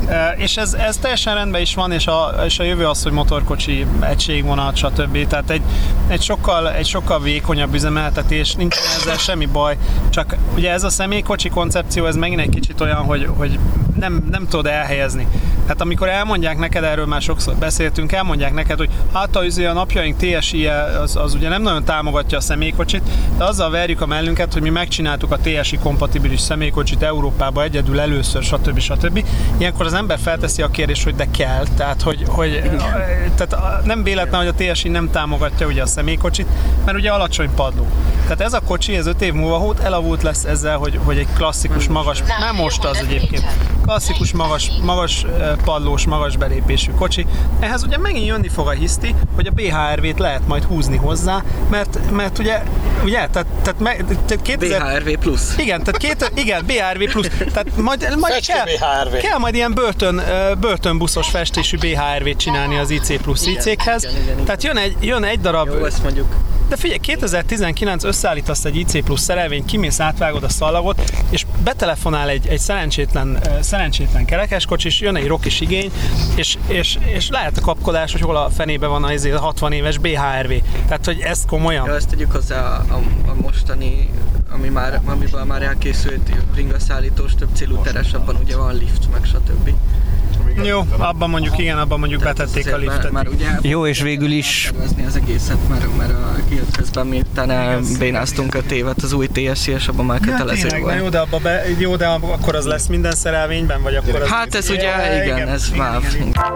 És ez, ez teljesen rendben is van, és a, és a jövő az, hogy motorkocsi, egységvonat, stb. Tehát egy, egy, sokkal, egy sokkal vékonyabb üzemeltetés, nincs ezzel semmi baj, csak ugye ez a személykocsi koncepció, ez megint egy kicsit olyan, hogy, hogy nem, nem tudod elhelyezni. Hát amikor elmondják neked, erről már sokszor beszéltünk, elmondják neked, hogy hát a, a napjaink té es i-je az, az ugye nem nagyon támogatja a személykocsit, de azzal verjük a mellünket, hogy mi megcsináltuk a té es i kompatibilis személykocsit Európába egyedül először, stb. stb. Ilyenkor az ember felteszi a kérdést, hogy de kell, tehát hogy, hogy tehát nem véletlen, hogy a té es i nem támogatja ugye a személykocsit, mert ugye alacsony padló. Tehát ez a kocsi, ez öt év múlva hót elavult lesz ezzel, hogy, hogy egy klasszikus magas, nem most az egyébként, klasszikus magas, magas padlós, magas belépésű kocsi. Ehhez ugye megint jönni fog a hiszti, hogy a bé há er vét lehet majd húzni hozzá, mert, mert ugye, ugye, tehát, tehát, tehát kétezer... bé há er vé plusz. Igen, tehát két, igen, bé há er vé plusz. Tehát majd, majd kell, kell majd ilyen börtön, börtönbuszos festésű bé há er vét csinálni az i cé plusz i cékhez. Tehát jön egy, jön egy darab... Jó, ezt mondjuk. De figyelj, kétezer-tizenkilenc összeállítasz egy i cé plusz szerelvényt, kimész, átvágod a szallagot, és betelefonál egy, egy szerencsétlen, szerencsétlen kerekeskocsis, jön egy rockis igény, és, és, és lehet a kapkodás, hogy hol a fenébe van a hatvan éves bé há er vé. Tehát, hogy ezt komolyan. Ja, ezt tegyük hozzá a, a mostani, ami már, amiből már elkészült bringaszállítós, több célú teres, abban ugye van lift, meg stb. Jó, abban mondjuk igen, abban mondjuk tehát betették a liftet. Már, már jó, és végül is... az egészet, mert, mert a kijött közben mi utána bénáztunk öt évet az új té es i, és abban már kötelező ja, volt. Jó, de, abba be, jó, de akkor az lesz minden szerelvényben, vagy akkor az... Hát ez ugye, igen, igen, ez váv.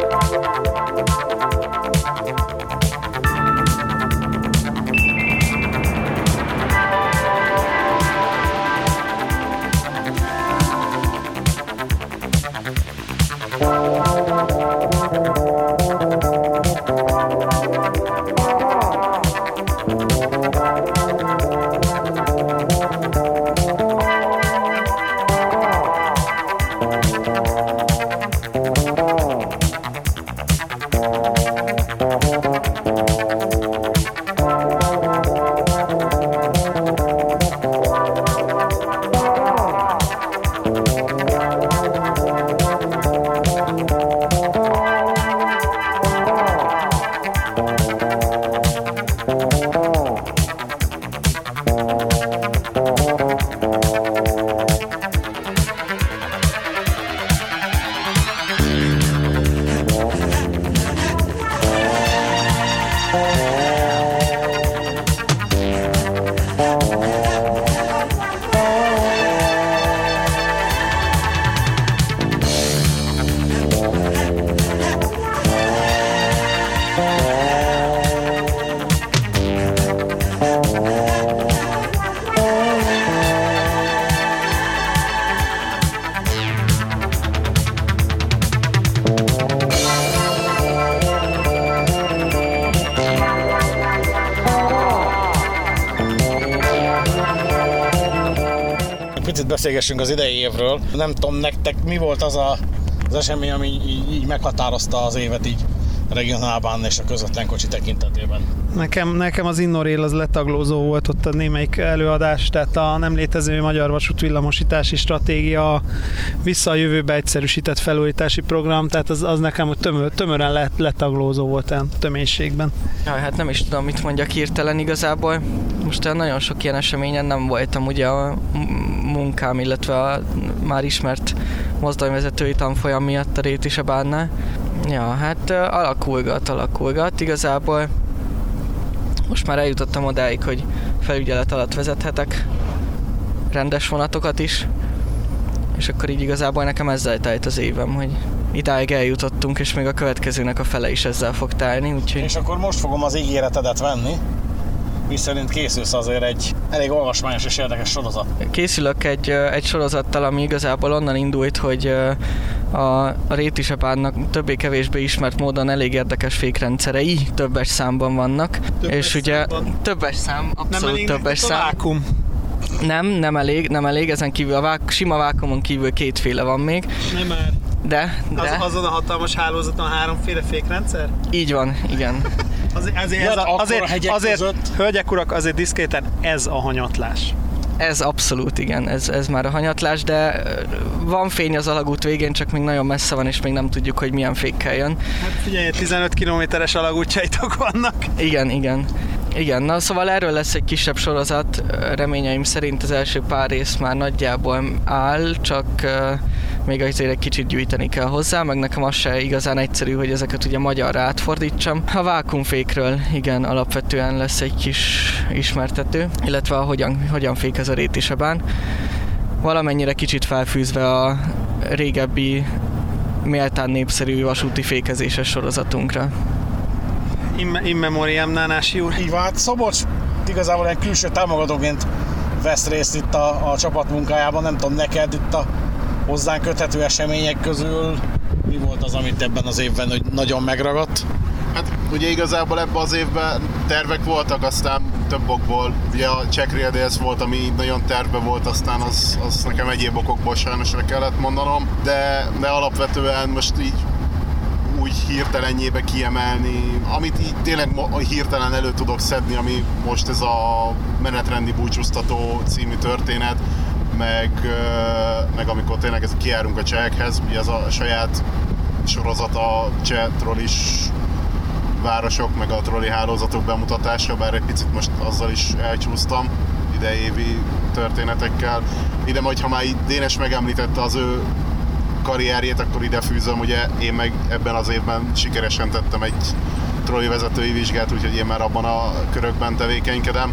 Picit beszélgessünk az idei évről. Nem tudom, nektek mi volt az a, az esemény, ami így, így meghatározta az évet így regionálban és a közvetlen kocsi tekintetében? Nekem, nekem az Innorail az letaglózó volt ott a némelyik előadás, tehát a nem létező magyar vasútvillamosítási stratégia, vissza a jövőbe egyszerűsített felújítási program, tehát az, az nekem tömör, tömören let, letaglózó volt a töménységben. Jaj, hát nem is tudom, mit mondjak hirtelen igazából. Most nagyon sok ilyen eseményen nem voltam, ugye a munkám, illetve a már ismert mozdonyvezetői tanfolyam miatt a Rétisebánnál. Ja, hát alakulgat, alakulgat. Igazából most már eljutottam odáig, hogy felügyelet alatt vezethetek rendes vonatokat is, és akkor így igazából nekem ezzel tájt az évem, hogy idáig eljutottunk, és még a következőnek a fele is ezzel fog tálni, úgyhogy... És akkor most fogom az ígéretedet venni, miszerint készülsz azért egy elég olvasmányos és érdekes sorozat. Készülök egy, egy sorozattal, ami igazából onnan indult, hogy a, a Rétisebánnak többé-kevésbé ismert módon elég érdekes fékrendszerei többes számban vannak. Többes és ugye számban. Többes szám, abszolút nem többes a szám. Vákum. Nem, nem elég, nem elég, ezen kívül a vák, sima vákumon kívül kétféle van még. Nem már. De, de. Az, azon a hatalmas hálózaton háromféle fékrendszer? Így van, igen. Az, azért, ez a, azért, azért hölgyek urak, azért diszkréten ez a hanyatlás. Ez abszolút igen, ez, ez már a hanyatlás, de van fény az alagút végén, csak még nagyon messze van, és még nem tudjuk, hogy milyen fékkel jön. Hát figyelj, tizenöt kilométeres alagútjaitok vannak. Igen, igen. Igen, na szóval erről lesz egy kisebb sorozat, reményeim szerint az első pár rész már nagyjából áll, csak uh, még azért egy kicsit gyűjteni kell hozzá, meg nekem az se igazán egyszerű, hogy ezeket ugye magyarra átfordítsam. A vákuumfékről igen, alapvetően lesz egy kis ismertető, illetve a hogyan, hogyan fékez a rétisebán. Valamennyire kicsit felfűzve a régebbi, méltán népszerű vasúti fékezéses sorozatunkra. In memoriam Nánási úr. Így van, hát Szabolcs igazából egy külső támogatóként vesz részt itt a, a csapat munkájában. Nem tudom, neked itt a hozzánk köthető események közül mi volt az, amit ebben az évben hogy nagyon megragadt? Hát ugye igazából ebben az évben tervek voltak, aztán több okból. Ugye a Czech Rail Days volt, ami nagyon tervbe volt, aztán az, az nekem egyéb okokból sajnos le kellett mondanom. De, de alapvetően most így úgy hirtelenjébe kiemelni, amit így tényleg hirtelen elő tudok szedni, ami most ez a menetrendi búcsúztató című történet, meg, meg amikor tényleg ez kijárunk a csehekhez, ugye ez a saját sorozat a cseh trollis városok, meg a trolli hálózatok bemutatása, bár egy picit most azzal is elcsúsztam idejévi történetekkel. Ide majd, ha már így Dénes megemlítette az ő karrierjét, akkor ide fűzöm, ugye én meg ebben az évben sikeresen tettem egy trolli vezetői vizsgát, úgyhogy én már abban a körökben tevékenykedem.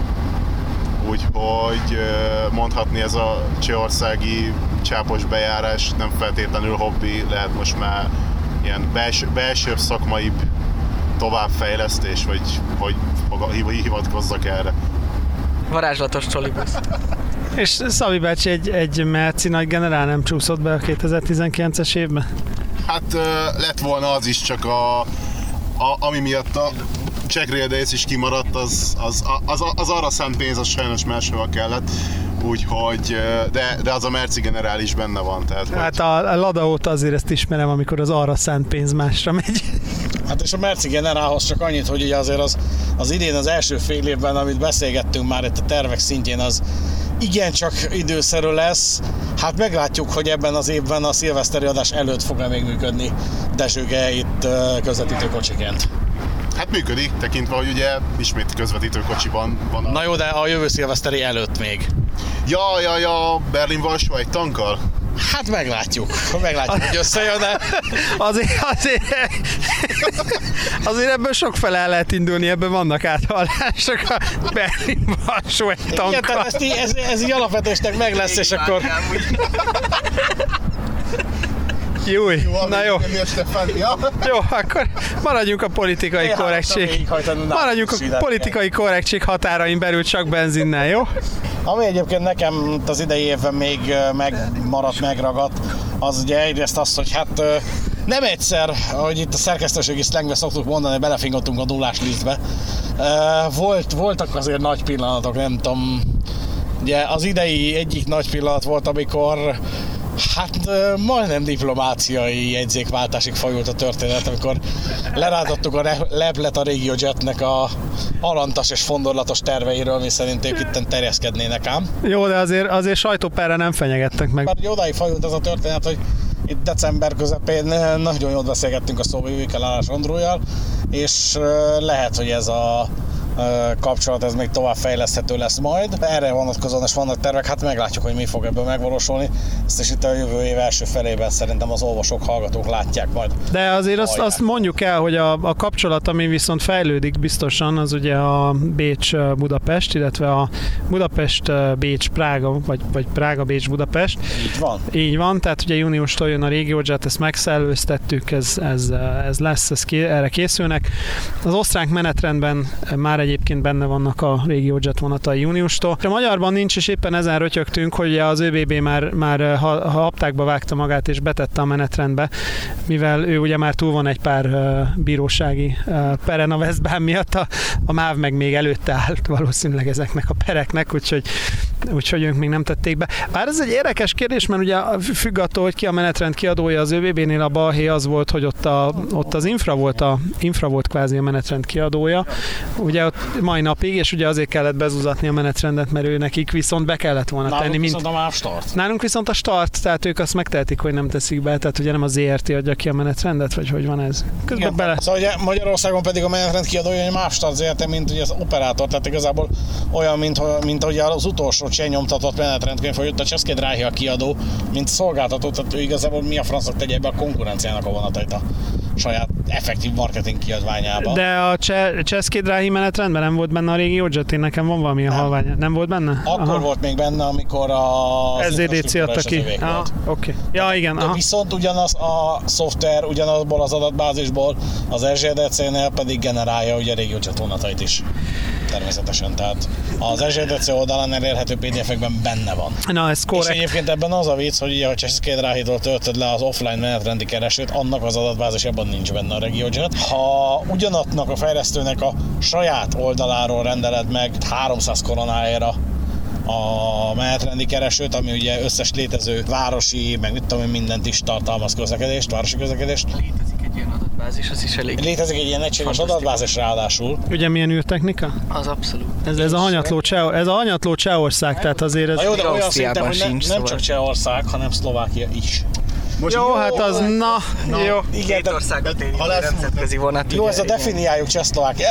Úgyhogy mondhatni ez a csehországi csápos bejárás nem feltétlenül hobbi, lehet most már ilyen belső, belsőbb szakmaibb továbbfejlesztés, vagy hogy hivatkozzak erre. Varázslatos trollibusz. És Szabi bácsi, egy, egy Merci nagy generál nem csúszott be a kétezer-tizenkilences évben? Hát lett volna az is, csak a, a, ami miatt a Czech Rail Days is kimaradt, az, az, az, az arra szánt pénz, az sajnos máshova kellett. Úgyhogy, de, de az a Merci generál is benne van. Tehát, hát a, a Lada óta azért ezt ismerem, amikor az arra szánt pénz másra megy. Hát és a Merci generálhoz csak annyit, hogy ugye azért az, az idén az első fél évben, amit beszélgettünk már itt a tervek szintjén, az igencsak időszerű lesz. Hát meglátjuk, hogy ebben az évben a szilveszteri adás előtt fog-e még működni Dezsőge itt közvetítő kocsiként. Hát működik, tekintve, hogy ugye ismét közvetítő kocsiban van. A... Na jó, de a jövő szilveszteri előtt még. Ja, ja, ja, Berlin-Varsó egy tankkal? Hát meglátjuk, meglátjuk, hogy összejön-e. Azért, azért, azért ebből sokfele el lehet indulni, ebben vannak áthallások a Berlin-Varsó egy tankkal. Igen, tehát ez, ez, ez így alapvetésnek meg lesz, és akkor... Júj, jó, na jó. Ja. Jó, akkor maradjunk a politikai Én korrektség. Maradjunk a politikai korrektség határain belül csak benzinnel, jó? Ami egyébként nekem az idei évben még megmaradt, megragadt, az ugye egyrészt az, hogy hát nem egyszer, ahogy itt a szerkesztőségi szlengbe szoktuk mondani, belefingottunk a nullás lisztbe. Volt, voltak azért nagy pillanatok, nem tudom, ugye az idei egyik nagy pillanat volt, amikor hát majdnem diplomáciai jegyzékváltásig fajult a történet, amikor lerázottuk a leplet a RegioJetnek a alantas és fondorlatos terveiről, mi szerint ők itten terjeszkednének ám. Jó, de azért, azért sajtóperre nem fenyegettek meg. Már odáig fajult ez a történet, hogy itt december közepén nagyon jól beszélgettünk a szóvivőkkel, Állás Andrójjal, és lehet, hogy ez a kapcsolat ez még tovább fejleszthető lesz majd. Erre vonatkozóan is vannak tervek, hát meglátjuk, hogy mi fog ebből megvalósulni. Ezt is itt a jövő év első felében szerintem az olvasók, hallgatók látják majd. De azért azt, azt mondjuk el, hogy a, a kapcsolat, ami viszont fejlődik biztosan, az ugye a Bécs-Budapest, illetve a Budapest-Bécs-Prága, vagy, vagy Prága-Bécs-Budapest. Így van. Így van, tehát ugye júniustól jön a RegioJet, ezt megszellőztettük, ez, ez, ez lesz, ez ké, erre készülnek. Az osztrák menetrendben már egyébként benne vannak a RegioJet vonatai júniustól. A magyarban nincs, és éppen ezen rötyögtünk, hogy az ÖBB már, már ha, haptákba vágta magát és betette a menetrendbe, mivel ő ugye már túl van egy pár uh, bírósági uh, peren a Westbahn miatt, a, a MÁV meg még előtte állt valószínűleg ezeknek a pereknek, úgyhogy úgyhogy ők még nem tették be. Bár ez egy érdekes kérdés, mert ugye függ attól, hogy ki a menetrend kiadója az ÖVB-nél, a balhé az volt, hogy ott, a, ott az infra volt, a, infra volt kvázi a menetrend kiadója, ugye ott mai napig, és ugye azért kellett bezuzatni a menetrendet, mert ő nekik viszont be kellett volna Nálunk tenni. Viszont mint... a MÁV Start. Nálunk viszont a start, tehát ők azt megtehetik, hogy nem teszik be, tehát ugye nem a zé er té adja ki a menetrendet, vagy hogy van ez? Közben Igen. bele... Szóval ugye Magyarországon pedig a menetrend kiadója, hogy MÁV Start zé er té, mint ugye az operátor, tehát igazából olyan, mint, mint hogy az utolsó nyomtatott menetrendkönyv, hogy ott a České dráhy a kiadó, mint szolgáltató, tehát ő igazából mi a francnak tegye be a konkurenciának a vonatait a saját effektív marketing kiadványába. De a České dráhy menetrendben nem volt benne a RegioJet, én nekem van valami a halvány. Nem volt benne? Akkor aha. volt még benne, amikor a ez zé dé cé adta ki. Oké. Okay. Ja, igen. De aha. viszont ugyanaz a szoftver, ugyanazból az adatbázisból az es zé dé cé-nél pedig generálja ugye a RegioJet vonatait is. Természetesen, tehát az es zé dé cé oldalán elérhető pé dé ef-ekben benne van. Na, ez korrekt. És egyébként ebben az a vicc, hogy ugye, ha České dráhitól töltöd le az offline menetrendi keresőt, annak az adatbázisában nincs benne a RegioJet. Ha ugyanatnak a fejlesztőnek a saját oldaláról rendeled meg háromszáz koronáért a menetrendi keresőt, ami ugye összes létező városi, meg mit tudom én, mindent is tartalmaz közlekedést, városi közlekedést. Létezik egy ilyen adatbázis, az is elég. Létezik egy ilyen egységes adatbázis ráadásul. Ugye milyen űrtechnika? Az abszolút. Ez, ez a hanyatló Cseh, ez a hanyatló Csehország, tehát azért ez... Na jó, de olyan szinten, hogy ne, sincs, nem szóval. csak Csehország, hanem Szlovákia is. Most jó, hát az, na, na jó. Igen, Két de, országot érintő ha lesz nemzetközi vonat. jó, ugye, ezt a igen. definiáljuk Csehszlovákia.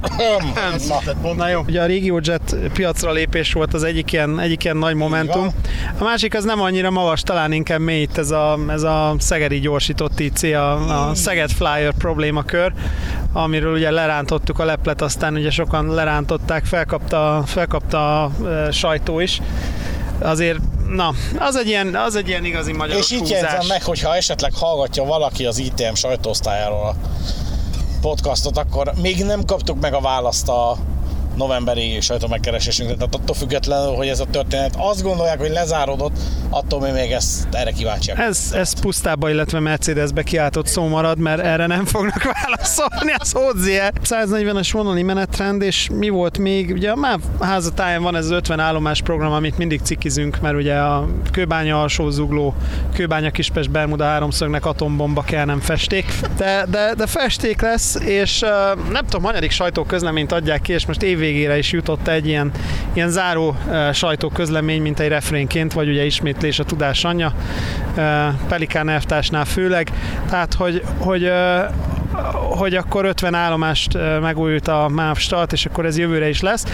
Na. Na jó. Ugye a RegioJet piacra lépés volt az egyik ilyen, egyik ilyen nagy momentum. A másik az nem annyira magas, talán inkább mély itt ez a, ez a szegedi gyorsított í cé, a, a Szeged Flyer problémakör, amiről ugye lerántottuk a leplet, aztán ugye sokan lerántották, felkapta, felkapta a e, sajtó is. Azért, na, az egy ilyen, az egy ilyen igazi magyaros És itt húzás. jegyzem meg, hogyha esetleg hallgatja valaki az í té em sajtóosztályáról a podcastot, akkor még nem kaptuk meg a választ a novemberi sajtómegkeresésünkre, tehát attól függetlenül, hogy ez a történet azt gondolják, hogy lezáródott, attól mi még ezt, erre kíváncsiak. Ez, ez pusztába, illetve Mercedesbe kiáltott szó marad, mert erre nem fognak válaszolni, az Hodzier. száznegyvenes vonali menetrend, és mi volt még? Ugye a MÁV házatáján van ez az ötven állomás program, amit mindig cikizünk, mert ugye a Kőbánya alsó zugló, Kőbánya Kispest Bermuda háromszögnek atombomba kell, nem festék. De, de, de festék lesz, és uh, nem tudom, hanyadik sajtóközleményt adják ki, és most év végére is jutott egy ilyen, ilyen záró uh, sajtóközlemény, mint egy refrénként, vagy ugye ismétlés a tudás anyja, uh, Pelikán elvtársnál főleg. Tehát, hogy, hogy, uh, hogy akkor ötven állomást uh, megújult a MÁV Start, és akkor ez jövőre is lesz.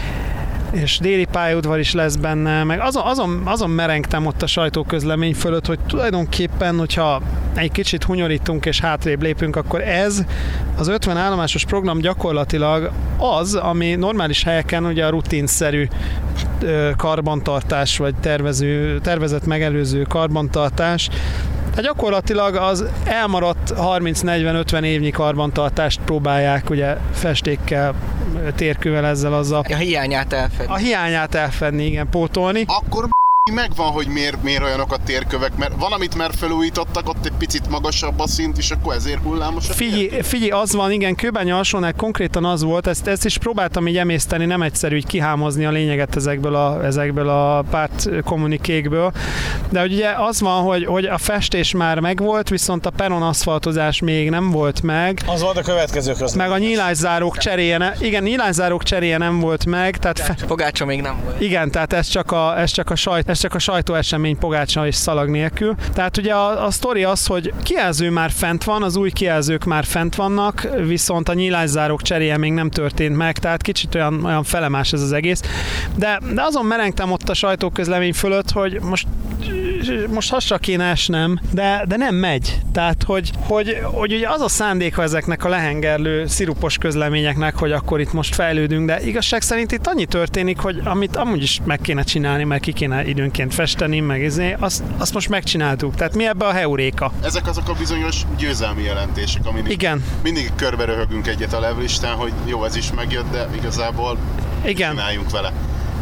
És déli pályaudvar is lesz benne, meg azon, azon, azon merengtem ott a sajtóközlemény fölött, hogy tulajdonképpen, hogyha egy kicsit hunyorítunk és hátrébb lépünk, akkor ez az ötven állomásos program gyakorlatilag az, ami normális helyeken ugye a rutinszerű karbantartás, vagy tervező, tervezett megelőző karbantartás. Hát gyakorlatilag az elmaradt harminc-negyven-ötven évnyi karbantartást próbálják ugye festékkel, térkővel, ezzel azzal. A hiányát elfedni. A hiányát elfedni, igen, pótolni. Akkor megvan, hogy miért, miért olyanok a térkövek, mert valamit már felújítottak, ott egy picit magasabb a szint, és akkor ezért hullámos a Figyelj, figyelj, az van, igen, Kőbánya alsónál konkrétan az volt, ezt, ezt is próbáltam így emészteni, nem egyszerű így kihámozni a lényeget ezekből a, ezekből a párt kommunikékből, de hogy ugye az van, hogy, hogy a festés már megvolt, viszont a peron aszfaltozás még nem volt meg. Az volt a következő közlemény. Meg a nyílászárók cseréje, ne, igen, nyílászárók cseréje nem volt meg, tehát fe, Pogácsa még nem volt. igen, tehát ez csak a, ez csak a sajt, ez csak a sajtóesemény Pogácsa és szalag nélkül. Tehát ugye a, a sztori az, hogy kijelző már fent van, az új kijelzők már fent vannak, viszont a nyílászárók cseréje még nem történt meg, tehát kicsit olyan, olyan felemás ez az egész. De, de azon merengtem ott a sajtóközlemény fölött, hogy most most hasra kéne esnem, de, de nem megy. Tehát, hogy, hogy, hogy ugye az a szándéka ezeknek a lehengerlő szirupos közleményeknek, hogy akkor itt most fejlődünk, de igazság szerint itt annyi történik, hogy amit amúgy is meg kéne csinálni, mert ki kéne időnként festeni, meg ezért, azt, azt most megcsináltuk. Tehát mi ebbe a heuréka? Ezek azok a bizonyos győzelmi jelentések, amin igen. mindig körbe röhögünk egyet a levelistán, hogy jó, ez is megjött, de igazából igen. csináljunk vele.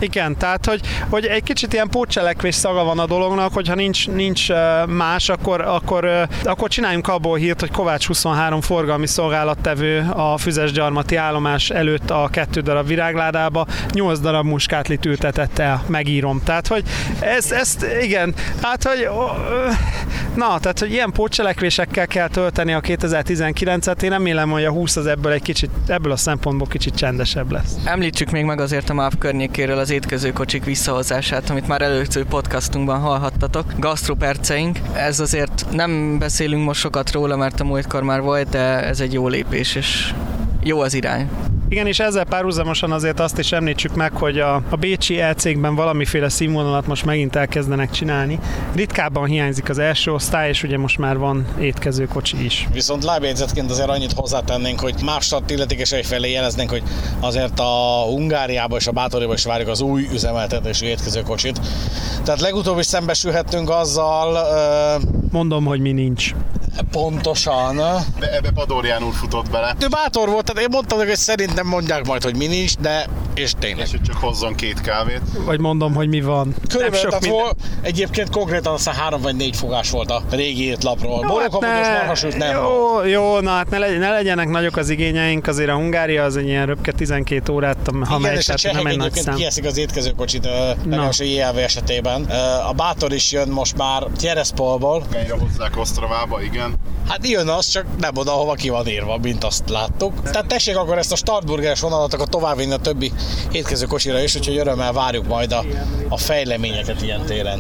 Igen, tehát hogy, hogy egy kicsit ilyen pótcselekvés szaga van a dolognak, hogyha nincs, nincs más, akkor, akkor, akkor csináljunk abból hírt, hogy Kovács huszonhárom forgalmi szolgálattevő a Füzesgyarmati állomás előtt a kettő darab virágládába nyolc darab muskátlit ültetett el, megírom. Tehát, hogy ez, ezt, igen, hát, hogy na, tehát, hogy ilyen pótcselekvésekkel kell tölteni a kétezer-tizenkilencet, én remélem, hogy a húsz az ebből egy kicsit, ebből a szempontból kicsit csendesebb lesz. Említsük még meg azért a MÁV környékéről az étkezőkocsik visszahozását, amit már előző podcastunkban hallhattatok. Gasztroperceink, ez azért nem beszélünk most sokat róla, mert a múltkor már volt, de ez egy jó lépés, és jó az irány. Igen, és ezzel párhuzamosan azért azt is említsük meg, hogy a, a bécsi e-cégben valamiféle színvonalat most megint elkezdenek csinálni. Ritkábban hiányzik az első osztály, és ugye most már van étkezőkocsi is. Viszont lábjegyzetként azért annyit hozzátennénk, hogy más start illetékesei felé jeleznénk, hogy azért a Hungáriába és a Bátoriba is várjuk az új üzemeltetésű étkezőkocsit. Tehát legutóbb is szembesülhettünk azzal... Uh, Mondom, hogy mi nincs. Pontosan. De ebbe Padorján úr futott bele. Ő bátor volt, tehát én mondtam, hogy szerintem mondják majd, hogy mi nincs, de és tényleg. És hogy csak hozzon két kávét. Vagy mondom, hogy mi van. Körülbelül, tehát minden... egyébként konkrétan aztán három vagy négy fogás volt a régi étlapról. Borokapodós marhasült nem jó, volt. Jó, na hát ne, legy, ne legyenek nagyok az igényeink, azért a Hungária az egy ilyen röpke tizenkét órát, ha igen, megy, és a csehek egyébként kieszik az étkezőkocsit, legalábbis a jé el vé esetében. A Bátor is jön most már Tjereszpolból. Egyre hozzák Osztravába, igen. Hát jön az, csak nem oda, hova ki van írva, mint azt láttuk. Tehát tessék akkor ezt a startburgeres vonalat akkor továbbvinni a többi étkezőkocsira is, úgyhogy örömmel várjuk majd a, a fejleményeket ilyen téren.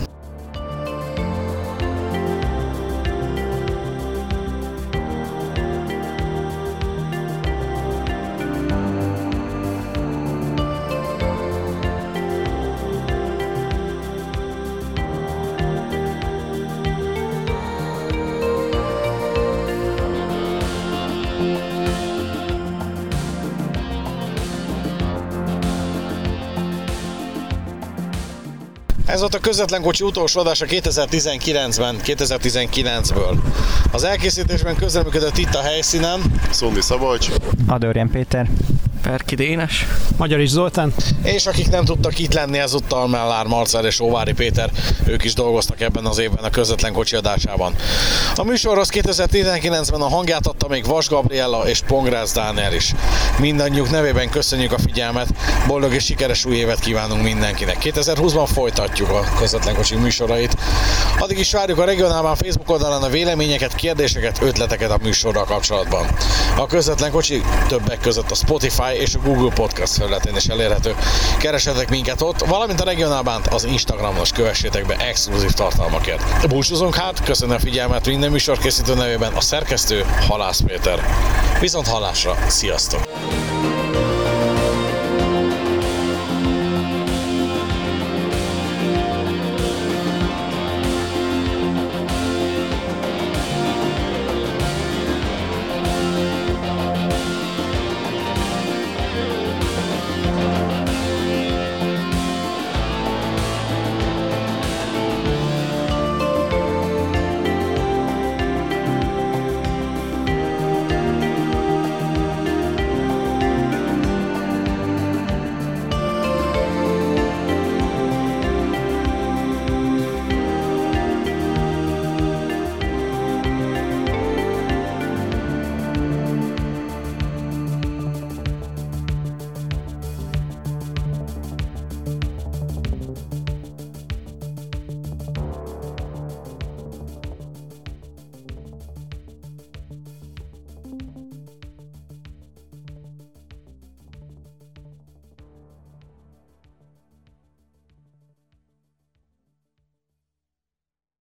Ez volt a Közvetlen Kocsi utolsó adása kétezer-tizenkilencben, kétezer-tizenkilencből. Az elkészítésben közreműködött itt a helyszínen Szundi Szabolcs, Adorján Péter, Perki Dénes, Magyarics Zoltán. És akik nem tudtak itt lenni ezúttal, Mellár Marcell és Óvári Péter, ők is dolgoztak ebben az évben a Közvetlen Kocsi adásában. A műsorhoz kétezer-tizenkilencben a hangját adta még Vas Gabriella és Pongrácz Dániel is. Mindannyiuk nevében köszönjük a figyelmet, boldog és sikeres új évet kívánunk mindenkinek. kétezer-húszban folytatjuk a Közvetlen Kocsi műsorait. Addig is várjuk a Regionálban Facebook oldalán a véleményeket, kérdéseket, ötleteket a műsorral kapcsolatban. A Közvetlen Kocsi többek között a Spotify és a Google Podcast felületén is elérhető. Keressetek minket ott, valamint a Regionálbánt az Instagramon is kövessétek be exkluzív tartalmakért. Búcsúzunk hát, köszönöm a figyelmet minden műsorkészítő nevében, a szerkesztő Halász Péter. Viszont hallásra, sziasztok!